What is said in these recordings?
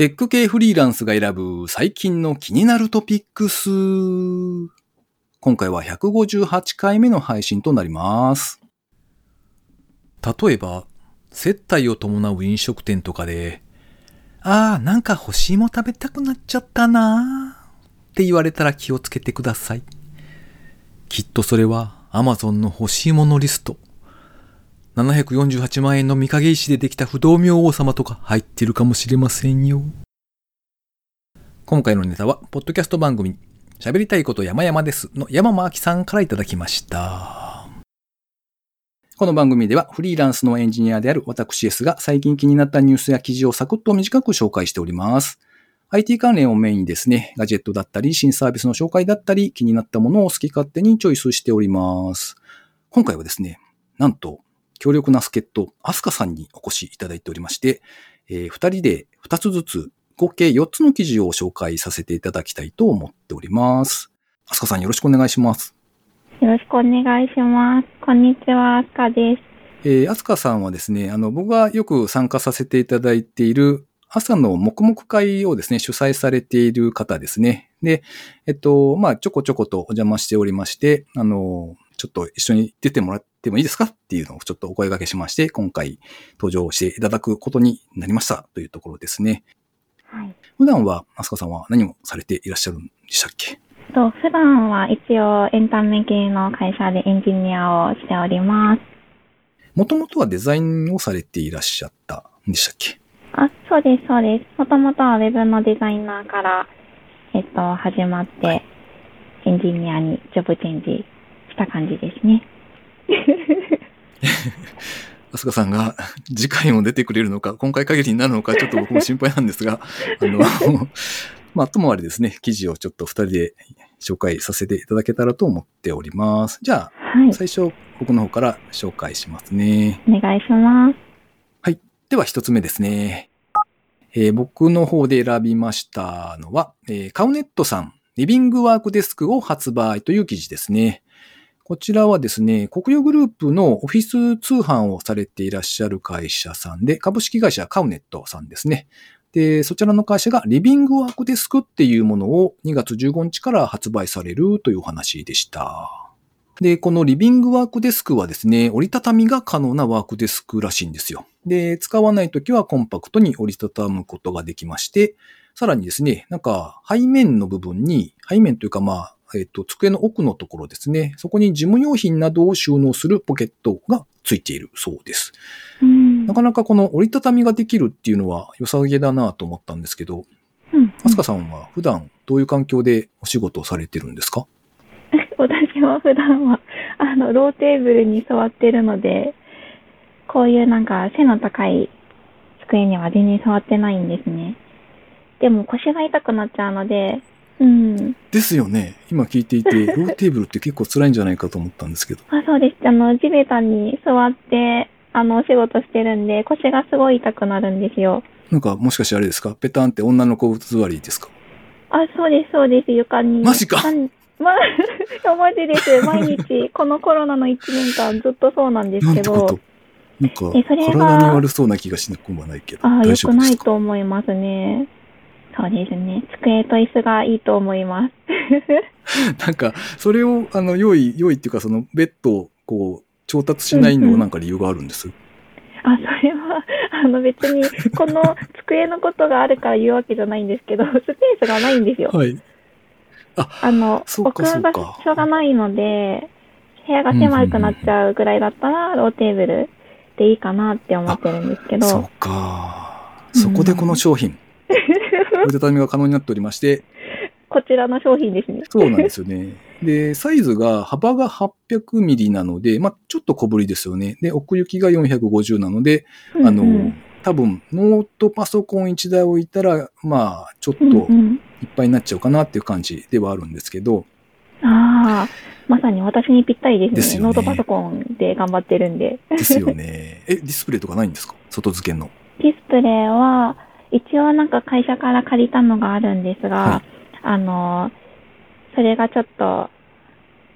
テック系フリーランスが選ぶ最近の気になるトピックス。今回は158回目の配信となります。例えば、接待を伴う飲食店とかで、なんか欲しいも食べたくなっちゃったなって言われたら気をつけてください。きっとそれは Amazon の欲しいものリスト。748万円の御影石でできた不動明王様とか入ってるかもしれませんよ。今回のネタは、ポッドキャスト番組、喋りたいこと山々ですの山間明さんからいただきました。この番組ではフリーランスのエンジニアである私 S が最近気になったニュースや記事をサクッと短く紹介しております。IT 関連をメインにですね、ガジェットだったり、新サービスの紹介だったり、気になったものを好き勝手にチョイスしております。今回はですね、なんと、強力な助っ人、アスカさんにお越しいただいておりまして、2人で2つずつ、合計4つの記事を紹介させていただきたいと思っております。アスカさんよろしくお願いします。 よろしくお願いします。こんにちは、アスカです。 アスカさんはですね、僕がよく参加させていただいている朝の黙々会をですね、主催されている方ですね。で、ちょこちょことお邪魔しておりまして、ちょっと一緒に出てもらってもいいですかっていうのをちょっとお声掛けしまして、今回登場していただくことになりましたというところですね。 はい。 普段は、アスカさんは何をされていらっしゃるんでしたっけ？ 普段は一応エンタメ系の会社でエンジニアをしております。 もともとはデザインをされていらっしゃったんでしたっけ？ そうです、そうです。もともとはウェブのデザイナーから、始まって、はい、エンジニアにジョブチェンジした感じですね。 アスカさんが次回も出てくれるのか、今回限りになるのか、ちょっと僕も心配なんですが、ともあれですね、記事をちょっと2人で紹介させていただけたらと思っております。じゃあ、はい、最初僕の方から紹介しますね。 お願いします。 はい。では1つ目ですね。僕の方で選びましたのは、カウネットさん、リビングワークデスクを発売という記事ですね。こちらはですね、国有グループのオフィス通販をされていらっしゃる会社さんで、株式会社カウネットさんですね。で、そちらの会社がリビングワークデスクっていうものを2月15日から発売されるというお話でした。で、このリビングワークデスクはですね、折りたたみが可能なワークデスクらしいんですよ。で、使わないときはコンパクトに折りたたむことができまして、さらにですね、背面の部分に、背面というか机の奥のところですね。そこに事務用品などを収納するポケットがついているそうです。なかなかこの折りたたみができるっていうのは良さげだなと思ったんですけど、アスカさんは普段どういう環境でお仕事をされてるんですか？ 私は普段はローテーブルに座ってるので、こういう背の高い机には全然座ってないんですね。でも腰が痛くなっちゃうので、 ですよね。今聞いていて、ローテーブルって結構辛いんじゃないかと思ったんですけど。 そうです。地べたに座って、お仕事してるんで、腰がすごい痛くなるんですよ。 もしかしてあれですか？ペタンって女の子座りですか？ そうです、そうです。床に。 マジか。 マジです。毎日、このコロナの1年間ずっとそうなんですけど。 なんてこと。体に悪そうな気がしなくもないけど。 良くないと思いますね。そうですね。机と椅子がいいと思います。 それを、用意っていうか、ベッドを、調達しないのは理由があるんです？ それは、別に、この机のことがあるから言うわけじゃないんですけど、スペースがないんですよ。 はい。 置く場所がないので、部屋が狭くなっちゃうぐらいだったら、ローテーブルでいいかなって思ってるんですけど。 そうか。そこでこの商品。折りたたみが可能になっておりまして。 こちらの商品ですね。 そうなんですよね。で、サイズが、幅が800ミリなので、ちょっと小ぶりですよね。で、奥行きが450なので、多分、ノートパソコン1台置いたら、ちょっといっぱいになっちゃうかなっていう感じではあるんですけど。 まさに私にぴったりですね。ノートパソコンで頑張ってるんで。 ですよね。ディスプレイとかないんですか？外付けの。 ディスプレイは、一応会社から借りたのがあるんですが、それがちょっと、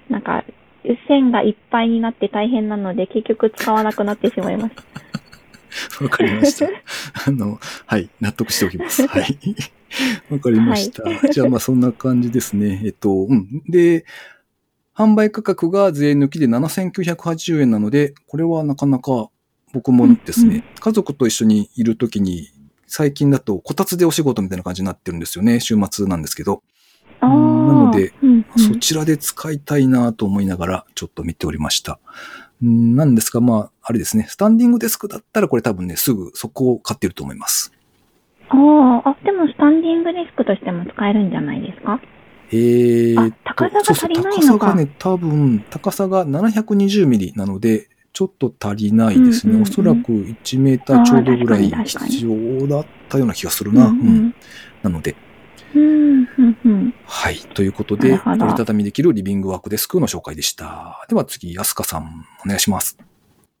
線がいっぱいになって大変なので、結局使わなくなってしまいました。 わかりました。はい、納得しておきます。はい。わかりました。じゃあ、まあ、そんな感じですね。で、販売価格が税抜きで7980円なので、これはなかなか僕もですね、家族と一緒にいるときに、最近だとこたつでお仕事みたいな感じになってるんですよね。週末なんですけど。なので、そちらで使いたいなと思いながらちょっと見ておりました。なんですが、まあ、あれですね、スタンディングデスクだったらこれ多分ね、すぐそこを買ってると思います。 でもスタンディングデスクとしても使えるんじゃないですか？高さが足りないのか。 高さがね、多分、高さが720ミリなので、ちょっと足りないですね。おそらく1メーターちょうどぐらい必要だったような気がするな。なので。はい。ということで、折りたたみできるリビングワークデスクの紹介でした。では次、安香さん、お願いします。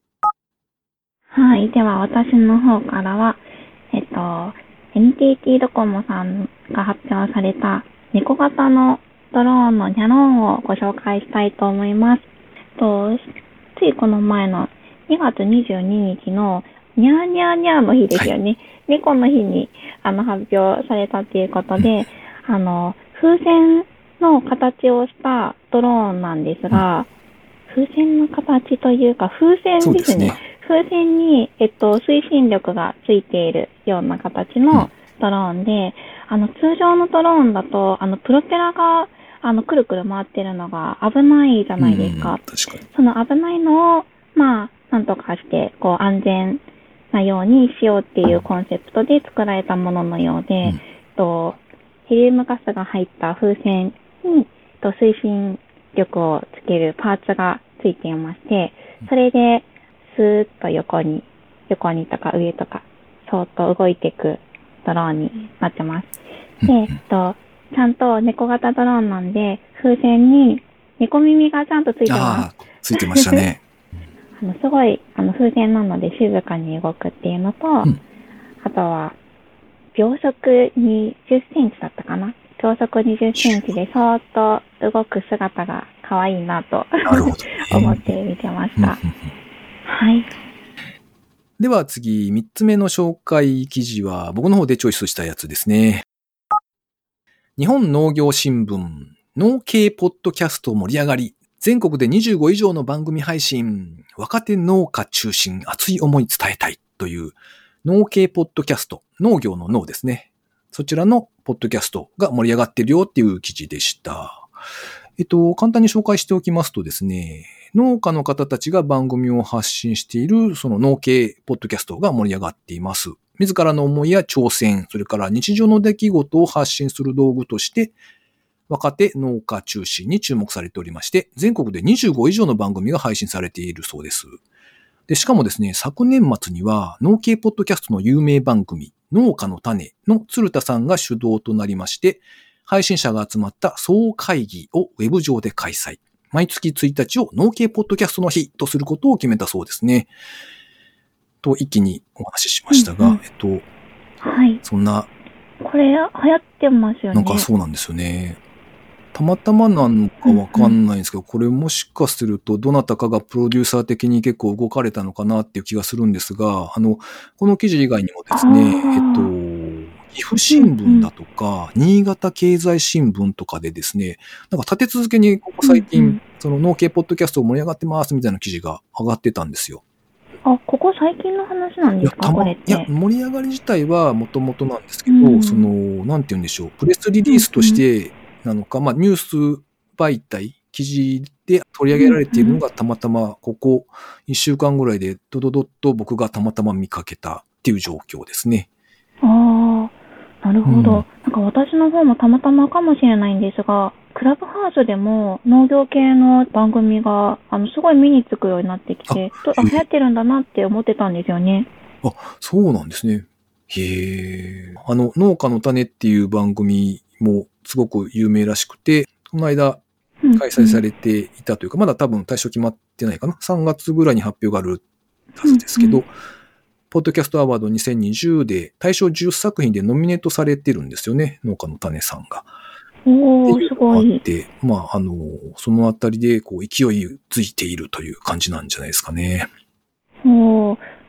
はい。では、私の方からは、NTT ドコモさんが発表された猫型のドローンのニャローンをご紹介したいと思います。ついこの前の2月22日のニャーニャーニャーの日ですよね。はい、猫の日に発表されたということで、風船の形をしたドローンなんですが、風船の形というか風船ですね。風船に、推進力がついているような形のドローンで、通常のドローンだと、プロペラが、くるくる回ってるのが危ないじゃないですか。 確かに。 その危ないのを、まあ、なんとかして、こう、安全なようにしようっていうコンセプトで作られたもののようで、ヘリウムガスが入った風船に、推進力をつけるパーツがついていまして、それで、スーッと横にとか上とか、そーっと動いていくドローンになってます。で、ちゃんと猫型ドローンなんで、風船に猫耳がちゃんとついてます。 ついてましたね。 すごい、風船なので静かに動くっていうのと、あとは、秒速20センチだったかな。秒速20センチでそーっと動く姿が可愛いなと思って見てました。はい。 では次、3つ目の紹介記事は僕の方でチョイスしたやつですね。日本農業新聞、農系ポッドキャスト盛り上がり、全国で25以上の番組配信、若手農家中心熱い思い伝えたいという農系ポッドキャスト、農業の農ですね。そちらのポッドキャストが盛り上がってるよっていう記事でした。簡単に紹介しておきますとですね、農家の方たちが番組を発信しているその農系ポッドキャストが盛り上がっています。自らの思いや挑戦、それから日常の出来事を発信する道具として、若手農家中心に注目されておりまして、全国で25以上の番組が配信されているそうです。で、しかもですね、昨年末には農系ポッドキャストの有名番組、農家の種の鶴田さんが主導となりまして、配信者が集まった総会議をウェブ上で開催。毎月1日を農系ポッドキャストの日とすることを決めたそうですね。と一気にお話ししましたが、 はい。 そんな。 これ流行ってますよね。 なんかそうなんですよね。たまたまなのかわかんないんですけど、これもしかするとどなたかがプロデューサー的に結構動かれたのかなっていう気がするんですが、この記事以外にもですね、岐阜新聞だとか、新潟経済新聞とかでですね、なんか立て続けにここ最近、その農系ポッドキャスト盛り上がってますみたいな記事が上がってたんですよ。 ここ最近の話なんですか、これって。 いや、盛り上がり自体はもともとなんですけど、なんて言うんでしょう、プレスリリースとしてなのか、ニュース媒体、記事で取り上げられているのがたまたまここ1週間ぐらいでドドドッと僕がたまたま見かけたっていう状況ですね。 なるほど。なんか私の方もたまたまかもしれないんですが、クラブハウスでも農業系の番組がすごい目につくようになってきて、流行ってるんだなって思ってたんですよね。 そうなんですね。へえ。農家の種っていう番組もすごく有名らしくて、この間開催されていたというか、まだ多分対象決まってないかな。3月ぐらいに発表があるはずですけど、ポッドキャストアワード2020で対象10作品でノミネートされてるんですよね。農家の種さんが。 すごい。 そのあたりでこう勢いづいているという感じなんじゃないですかね。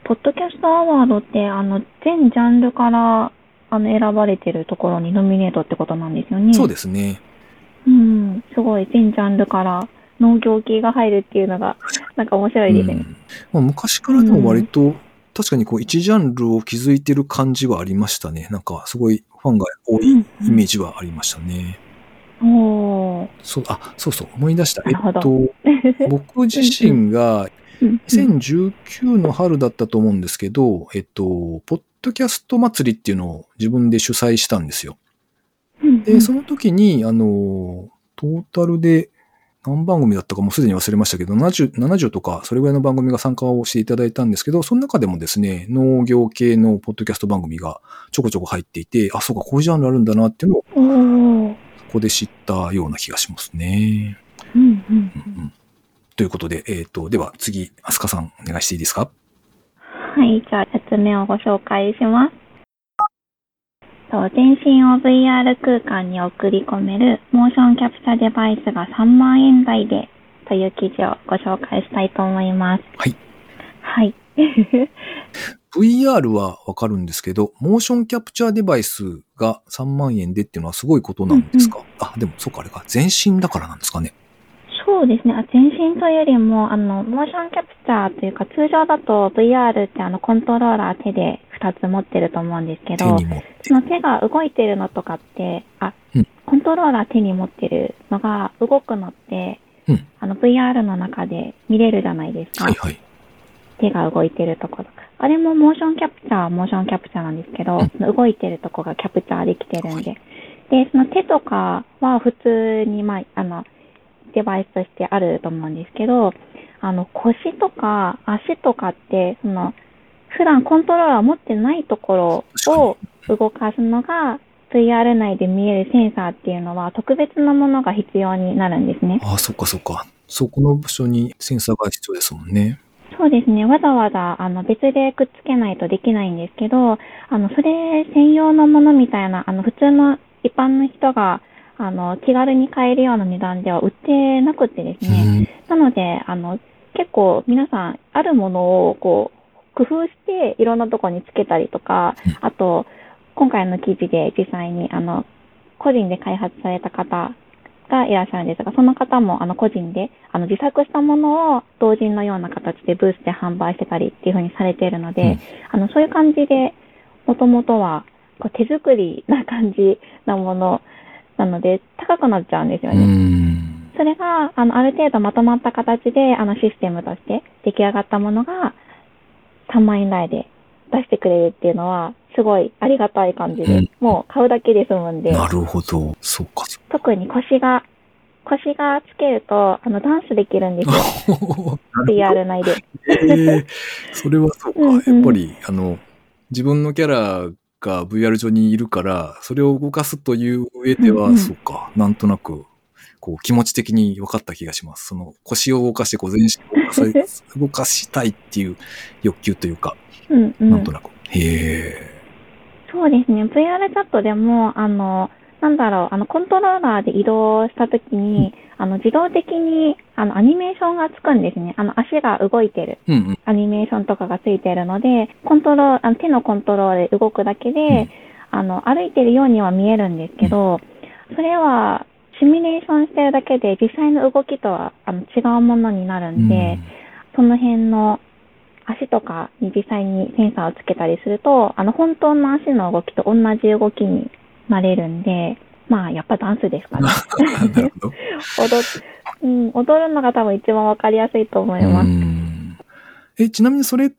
ポッドキャストアワードって、全ジャンルから、選ばれてるところにノミネートってことなんですよね。 そうですね。 すごい、全ジャンルから農業系が入るっていうのが、なんか面白いですね。 昔からでも割と、確かにこう一ジャンルを築いてる感じはありましたね。なんかすごいファンが多いイメージはありましたね。そうそう、思い出した。僕自身が2019の春だったと思うんですけど、ポッドキャスト祭りっていうのを自分で主催したんですよ。で、その時に、トータルで何番組だったかもうすでに忘れましたけど、70とかそれぐらいの番組が参加をしていただいたんですけど、その中でもですね、農業系のポッドキャスト番組がちょこちょこ入っていて、そうか、こういうジャンルあるんだなっていうのを、そこで知ったような気がしますね。ということで、では次、飛鳥さんお願いしていいですか？ はい、じゃあ説明をご紹介します。全身を VR 空間に送り込めるモーションキャプチャーデバイスが3万円台でという記事をご紹介したいと思います。 はい。 はい。 VR はわかるんですけど、モーションキャプチャーデバイスが3万円でっていうのはすごいことなんですか？でもそうか、あれか。全身だからなんですかね。 そうですね。全身というよりも、モーションキャプチャーというか、通常だと VR ってコントローラー手で2つ持ってると思うんですけど、その手が動いてるのとかって、コントローラー手に持ってるのが動くのって、VR の中で見れるじゃないですか。 はいはい。 手が動いてるところ。あれもモーションキャプチャーなんですけど、動いてるとこがキャプチャーできてるんで。で、その手とかは普通に、デバイスとしてあると思うんですけど、腰とか足とかって、普段コントローラーを持ってないところを動かすのが、VR 内で見えるセンサーっていうのは特別なものが必要になるんですね。 そっか。そこの場所にセンサーが必要ですもんね。 そうですね。わざわざ、別でくっつけないとできないんですけど、それ専用のものみたいな、普通の一般の人が、気軽に買えるような値段では売ってなくてですね。なので、結構皆さん、あるものを、工夫して、いろんなところにつけたりとか、あと、今回の記事で実際に、個人で開発された方がいらっしゃるんですが、その方も個人で自作したものを同人のような形でブースで販売してたりっていう風にされているので、そういう感じで、もともとは手作りな感じなものなので高くなっちゃうんですよね。それがある程度まとまった形でシステムとして出来上がったものが3万円台で出してくれるっていうのはすごいありがたい感じで、もう買うだけで済むんで。 なるほど。そうか。 特に腰がつけると、ダンスできるんですよ。VR 内で。 それはそうか。やっぱり、自分のキャラが VR 上にいるから、それを動かすという上では、そうか。なんとなく、気持ち的に分かった気がします。その、腰を動かして、全身を動かしたいっていう欲求というか、なんとなく。 そうですね。VR チャットでも、コントローラーで移動したときに、自動的に、アニメーションがつくんですね。足が動いてる、アニメーションとかがついてるので、手のコントロールで動くだけで、歩いてるようには見えるんですけど、それは、シミュレーションしてるだけで、実際の動きとは、違うものになるんで、その辺の、足とかに実際にセンサーをつけたりすると、本当の足の動きと同じ動きになれるんで、やっぱダンスですかね。 なるほど。 踊るのが多分一番わかりやすいと思います。 ちなみにそれって、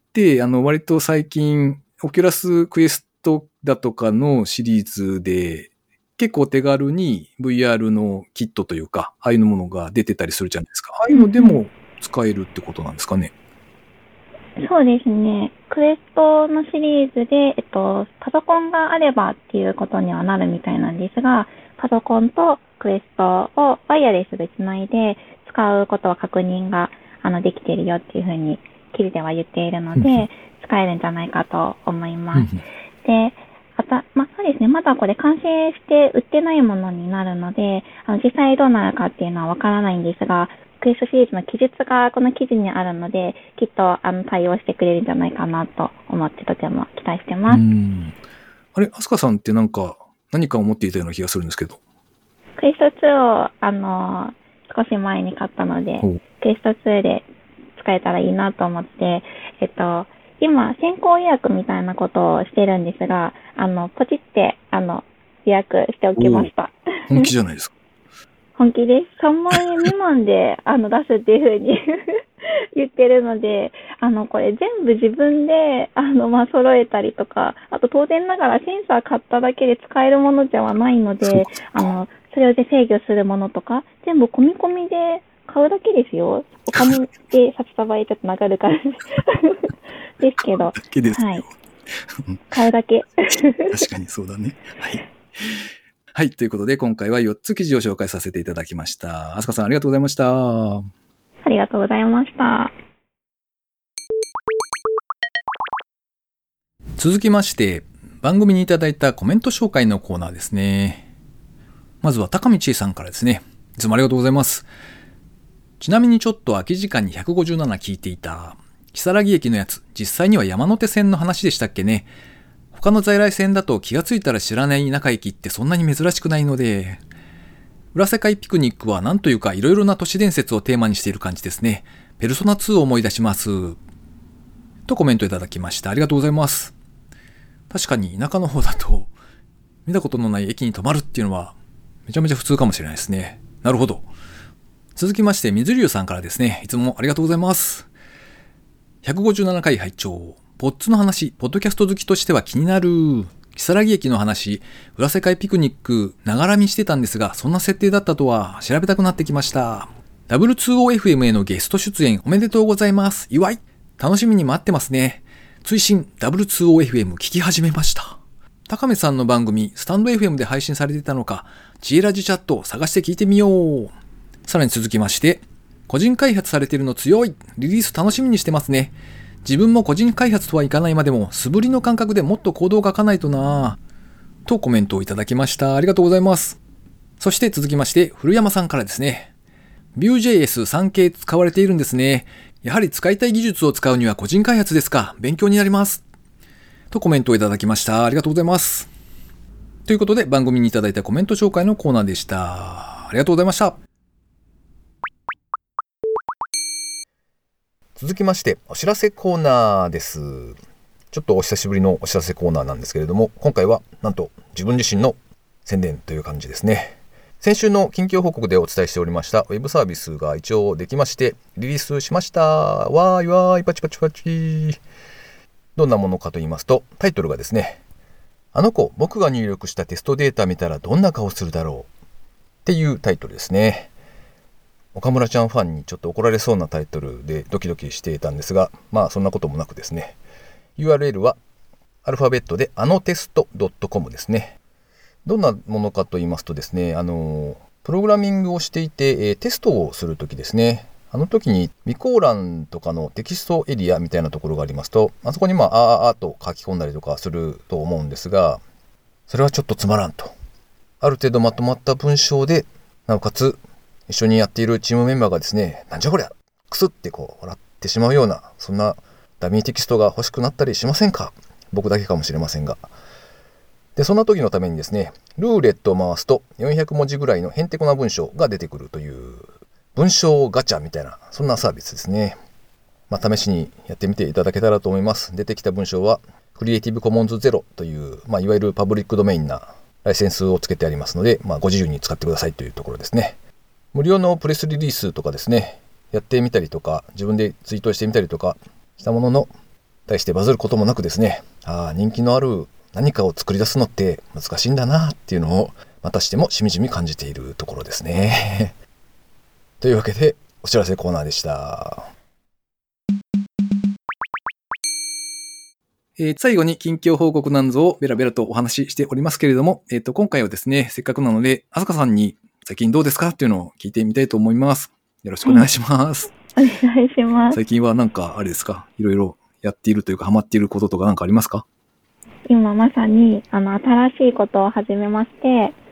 割と最近、オキュラスクエストだとかのシリーズで、結構手軽に VR のキットというか、ああいうものが出てたりするじゃないですか。ああいうのでも使えるってことなんですかね。 そうですね。クエストのシリーズで、パソコンがあればっていうことにはなるみたいなんですが、パソコンとクエストをワイヤレスでつないで使うことは確認ができているよっていうふうに記事では言っているので、使えるんじゃないかと思います。で、そうですね。まだこれ完成して売ってないものになるので、実際どうなるかっていうのはわからないんですが、 クエストシリーズの記述がこの記事にあるので、きっと対応してくれるんじゃないかなと思ってとても期待してます。 あれ、アスカさんって何かを持っていたような気がするんですけど。 クエスト2を少し前に買ったので、クエスト2で使えたらいいなと思って、今、先行予約みたいなことをしてるんですが、ポチって、予約しておきました。 本気じゃないですか。 本気です。3万円未満で、出すっていうふうに言ってるので、これ全部自分で、揃えたりとか、あと当然ながらセンサー買っただけで使えるものではないので、それで制御するものとか、全部込み込みで買うだけですよ。お金で札束へちょっと流るからですけど。 だけですよ。 はい。買うだけ。 確かにそうだね。はい。はい。ということで、今回は4つ記事を紹介させていただきました。あすかさん、ありがとうございました。 ありがとうございました。 続きまして、番組にいただいたコメント紹介のコーナーですね。まずは高道さんからですね。いつもありがとうございます。ちなみにちょっと空き時間に157聞いていた。如月駅のやつ、実際には山手線の話でしたっけね。他の在来線だと気がついたら知らない田舎駅ってそんなに珍しくないので、裏世界ピクニックはなんというかいろいろな都市伝説をテーマにしている感じですね。ペルソナ2を思い出します。とコメントいただきました。ありがとうございます。確かに田舎の方だと見たことのない駅に止まるっていうのはめちゃめちゃ普通かもしれないですね。なるほど。続きまして水流さんからですね。いつもありがとうございます。157回拝聴。ポッツの話、ポッドキャスト好きとしては気になる。如月駅の話、裏世界ピクニック、ながら見してたんですが、そんな設定だったとは調べたくなってきました。W2OFM へのゲスト出演おめでとうございます。祝い。楽しみに待ってますね。追伸 W2OFM 聞き始めました。高目さんの番組、スタンド FM で配信されていたのか、ジエラジチャットを探して聞いてみよう。さらに続きまして、個人開発されているの強い。リリース楽しみにしてますね。自分も個人開発とはいかないまでも素振りの感覚でもっとコードを書かないとなぁとコメントをいただきました。ありがとうございます。そして続きまして古山さんからですね。Vue.js3 系使われているんですね。やはり使いたい技術を使うには個人開発ですか。勉強になりますとコメントをいただきました。ありがとうございます。ということで番組にいただいたコメント紹介のコーナーでした。ありがとうございました。 続きましてお知らせコーナーです。ちょっとお久しぶりのお知らせコーナーなんですけれども、今回はなんと自分自身の宣伝という感じですね。先週の近況報告でお伝えしておりましたウェブサービスが一応できましてリリースしました。わーいわーいパチパチパチ。どんなものかと言いますと、タイトルがですね、あの子僕が入力したテストデータ見たらどんな顔するだろうっていうタイトルですね。岡村ちゃんファンにちょっと怒られそうなタイトルでドキドキしていたんですが、まあそんなこともなくですね、 URL はアルファベットでanotest.com ですね。どんなものかと言いますとですね、プログラミングをしていて、テストをするときですね、あの時に備考欄とかのテキストエリアみたいなところがありますと、あそこにあと書き込んだりとかすると思うんですが、それはちょっとつまらんと。ある程度まとまった文章で、なおかつ一緒にやっているチームメンバーがですね、なんじゃこりゃクスってこう笑ってしまうような、そんなダミーテキストが欲しくなったりしませんか？僕だけかもしれませんが。で、そんな時のためにですね、ルーレットを回すと400文字ぐらいのへんてこな文章が出てくるという文章ガチャみたいな、そんなサービスですね。試しにやってみていただけたらと思います。出てきた文章はクリエイティブコモンズゼロという、いわゆるパブリックドメインなライセンスをつけてありますので、ご自由に使ってくださいというところですね。無料のプレスリリースとかですね、やってみたりとか、自分でツイートしてみたりとかしたものの、対してバズることもなくですね、人気のある何かを作り出すのって難しいんだなっていうのを、またしてもしみじみ感じているところですね。というわけで、お知らせコーナーでした。 最後に近況報告なんぞをベラベラとお話ししておりますけれども、今回はですね、せっかくなので、あすかさんに最近どうですかっていうのを聞いてみたいと思います。よろしくお願いします。 お願いします。 最近はなんかあれですか、いろいろやっているというかハマっていることとかなんかありますか？ 今まさに新しいことを始めまして、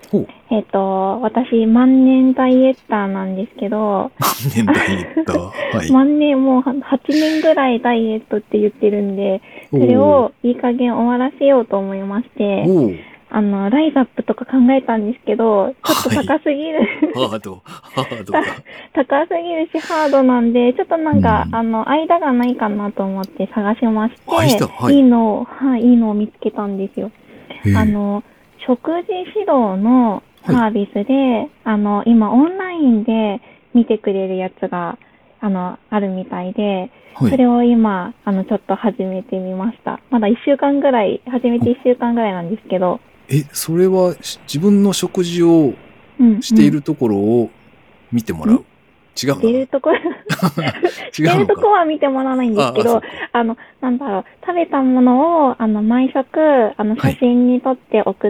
ほう。 私、万年ダイエッターなんですけど、 年代言った。はい。 万年もう8年ぐらいダイエットって言ってるんで、それをいい加減終わらせようと思いまして、 おう。 ライザップとか考えたんですけど、ちょっと高すぎる、 ハードだ。 高すぎるしハードなんで、ちょっとなんか、間がないかなと思って探しまして、 はい。 いいのを見つけたんですよ。食事指導のサービスで、今オンラインで見てくれるやつが、あるみたいで、 はい、 それを今、ちょっと始めてみました。まだ1週間ぐらい、始めて1週間ぐらいなんですけど。 それは自分の食事をしているところを見てもらう。違うの？ してるところしてるところは見てもらわないんですけど、なんだろう、食べたものを、毎食、写真に撮って送って、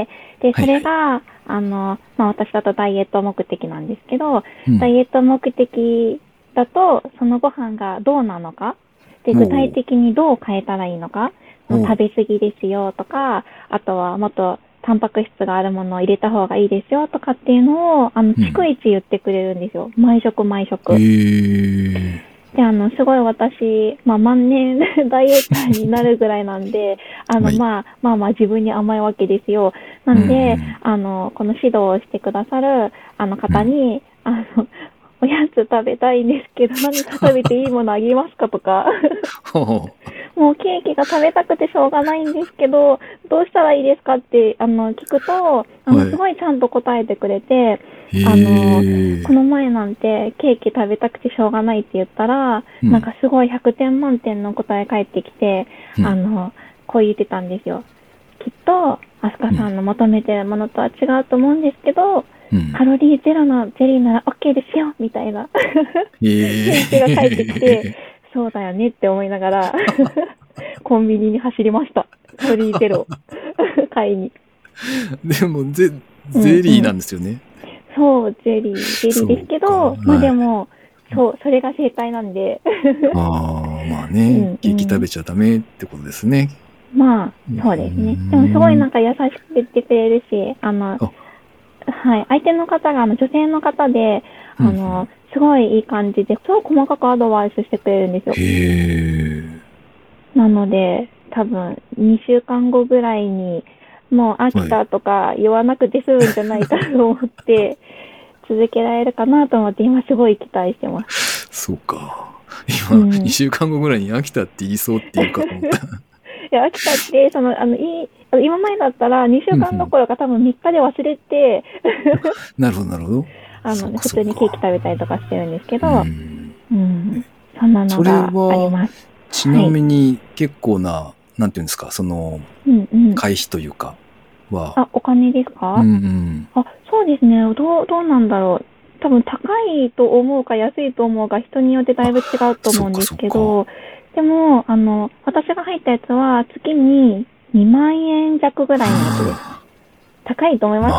で、それが、私だとダイエット目的なんですけど、ダイエット目的だと、そのご飯がどうなのか、で、具体的にどう変えたらいいのか、食べ過ぎですよとか、あとはもっとタンパク質があるものを入れた方がいいですよとかっていうのを、逐一言ってくれるんですよ。毎食。で、すごい私、万年ダイエッターになるぐらいなんで、まあ自分に甘いわけですよ。なんで、この指導をしてくださる、方に、おやつ食べたいんですけど、何か食べていいものあげますかとか。もうケーキが食べたくてしょうがないんですけど、どうしたらいいですかって、聞くと、すごいちゃんと答えてくれて、この前なんてケーキ食べたくてしょうがないって言ったら、なんかすごい100点満点の答え返ってきて、こう言ってたんですよ。きっと、アスカさんの求めてるものとは違うと思うんですけど、カロリーゼロのゼリーなら OK ですよみたいな返事が返ってきて、そうだよねって思いながらコンビニに走りました。カロリーゼロ買いに。 でもゼリーなんですよね。 そう、ゼリーですけど、でも、それが正解なんで。 まあね、ケーキ食べちゃダメってことですね。 そうですね。でもすごいなんか優しく言ってくれるし、はい、相手の方が女性の方で、すごいいい感じで、すごい細かくアドバイスしてくれるんですよ。なので、多分2週間後ぐらいに、もう飽きたとか言わなくて済むんじゃないかと思って、続けられるかなと思って、今すごい期待してます。 そうか。今、2週間後ぐらいに飽きたって言いそうって言うかと思った。 いや、飽きたって、今までだったら2週間どころか多分3日で忘れて、 なるほど。 普通にケーキ食べたりとかしてるんですけど、そんなのがあります。 ちなみに結構な、なんていうんですか、会費というかは。 お金ですか？そうですね。どうなんだろう。多分高いと思うか安いと思うか人によってだいぶ違うと思うんですけど、でも、私が入ったやつは月に2万円弱ぐらいのやつです。高いと思います？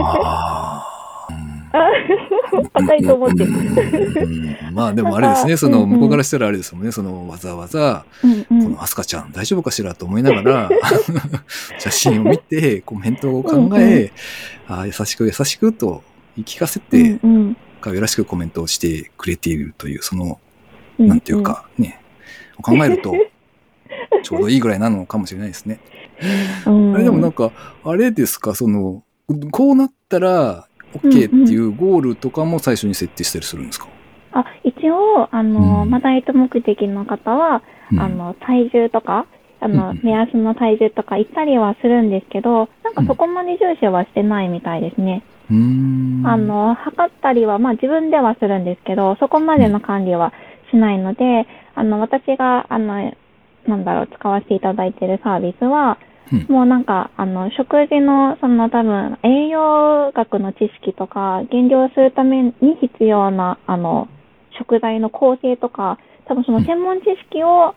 高いと思ってる。 でもあれですね、向こうからしたらあれですもんね、わざわざ、このアスカちゃん大丈夫かしらと思いながら、写真を見て、コメントを考え、優しくと言い聞かせて、可愛らしくコメントをしてくれているという、なんていうか、ね、考えると、ちょうどいいぐらいなのかもしれないですね。でもなんか、あれですか、こうなったら、OK っていうゴールとかも最初に設定したりするんですか？ 一応、ダイエット目的の方は、体重とか、目安の体重とか言ったりはするんですけど、なんかそこまで重視はしてないみたいですね。測ったりは、自分ではするんですけど、そこまでの管理はしないので、私が、使わせていただいているサービスは、もうなんか、食事の、多分、栄養学の知識とか、減量するために必要な、食材の構成とか、多分その専門知識を、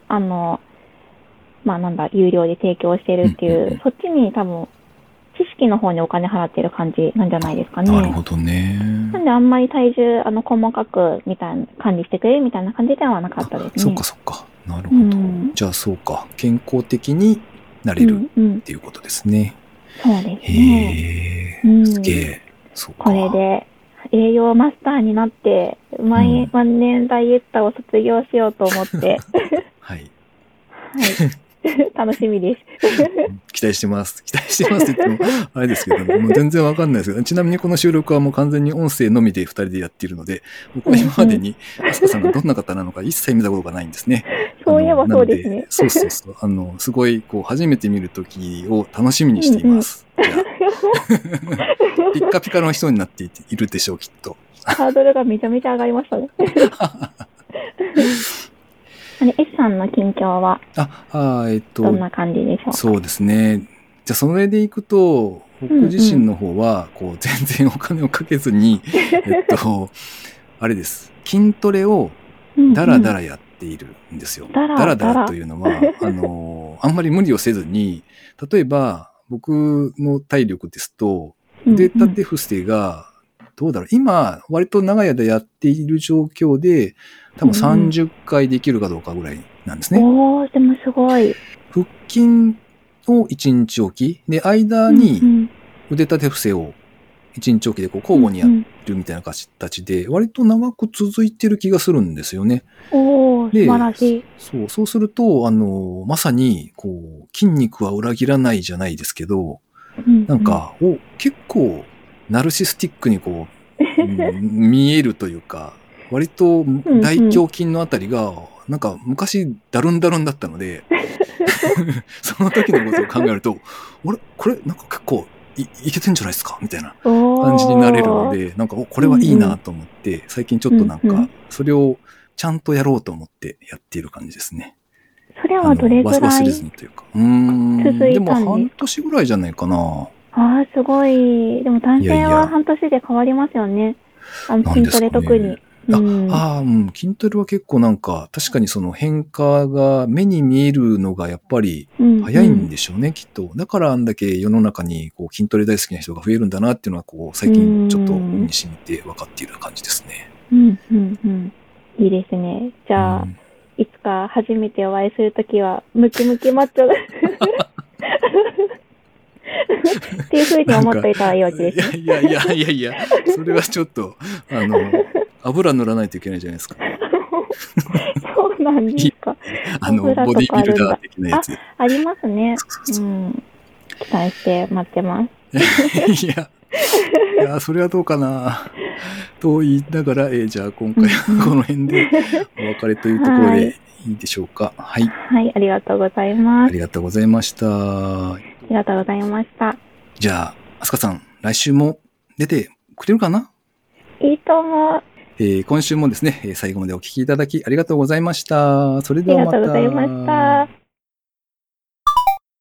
有料で提供してるっていう、そっちに多分、知識の方にお金払ってる感じなんじゃないですかね。 なるほどね。 なんであんまり体重、細かく、管理してくれるみたいな感じではなかったですね。 そっか。なるほど。じゃあそうか。健康的になれるっていうことですね。 そうですね。 げえ。そうか。 これで栄養マスターになって万年ダイエッターを卒業しようと思って、 はい。 はい。楽しみです。 期待してます。期待してますって言っても、あれですけど、もう全然わかんないですけど、ちなみにこの収録はもう完全に音声のみで2人でやっているので、僕は今までに、アスカさんがどんな方なのか一切見たことがないんですね。 そういえばそうですね。 そうそうそう。すごい、初めて見るときを楽しみにしています。じゃあ、ピッカピカの人になっているでしょう、きっと。 ハードルがめちゃめちゃ上がりましたね。S さんの近況はどんな感じでしょうか。 そうですね。じゃあそれでいくと、僕自身の方は、全然お金をかけずに、あれです。筋トレをダラダラやっているんですよ。ダラダラというのは、あんまり無理をせずに、例えば僕の体力ですと、腕立て伏せが、どうだろう。今、割と長い間やっている状況で、多分30回できるかどうかぐらいなんですね。 おー、でもすごい。 腹筋を1日おき、で、間に腕立て伏せを1日おきで交互にやるみたいな形で、割と長く続いてる気がするんですよね。 おー、素晴らしい。 そうすると、まさに、筋肉は裏切らないじゃないですけど、なんか、結構、ナルシスティックに見えるというか、割と大胸筋のあたりが、なんか昔ダルンダルンだったので、その時のことを考えると、これなんか結構いけてんじゃないですかみたいな感じになれるので、なんかこれはいいなと思って、最近ちょっとなんか、それをちゃんとやろうと思ってやっている感じですね。 それはどれぐらい忘れずにというか。続いたんですか？でも半年ぐらいじゃないかな。 ああ、すごい。でも男性は半年で変わりますよね。筋トレ特に。 筋トレは結構なんか、確かにその変化が目に見えるのがやっぱり早いんでしょうね、きっと。だからあんだけ世の中に筋トレ大好きな人が増えるんだなっていうのは最近ちょっと身に染みて分かっている感じですね。 いいですね。じゃあ、いつか初めてお会いするときは、ムキムキマッチョっていうふうに思っていたらようですね。 いや、それはちょっと、油塗らないといけないじゃないですか。 そうなんですか。 ボディビルダー的なやつ。 ありますね。期待して待ってます。 いや、それはどうかな。と言いながら、じゃあ今回はこの辺でお別れというところでいいでしょうか。はい。 はい、ありがとうございます。 ありがとうございました。 ありがとうございました。 じゃあ、あすかさん、来週も出てくれるかな？ いいと思う。 今週もですね、最後までお聞きいただきありがとうございました。それではまた。 ありがとうございました。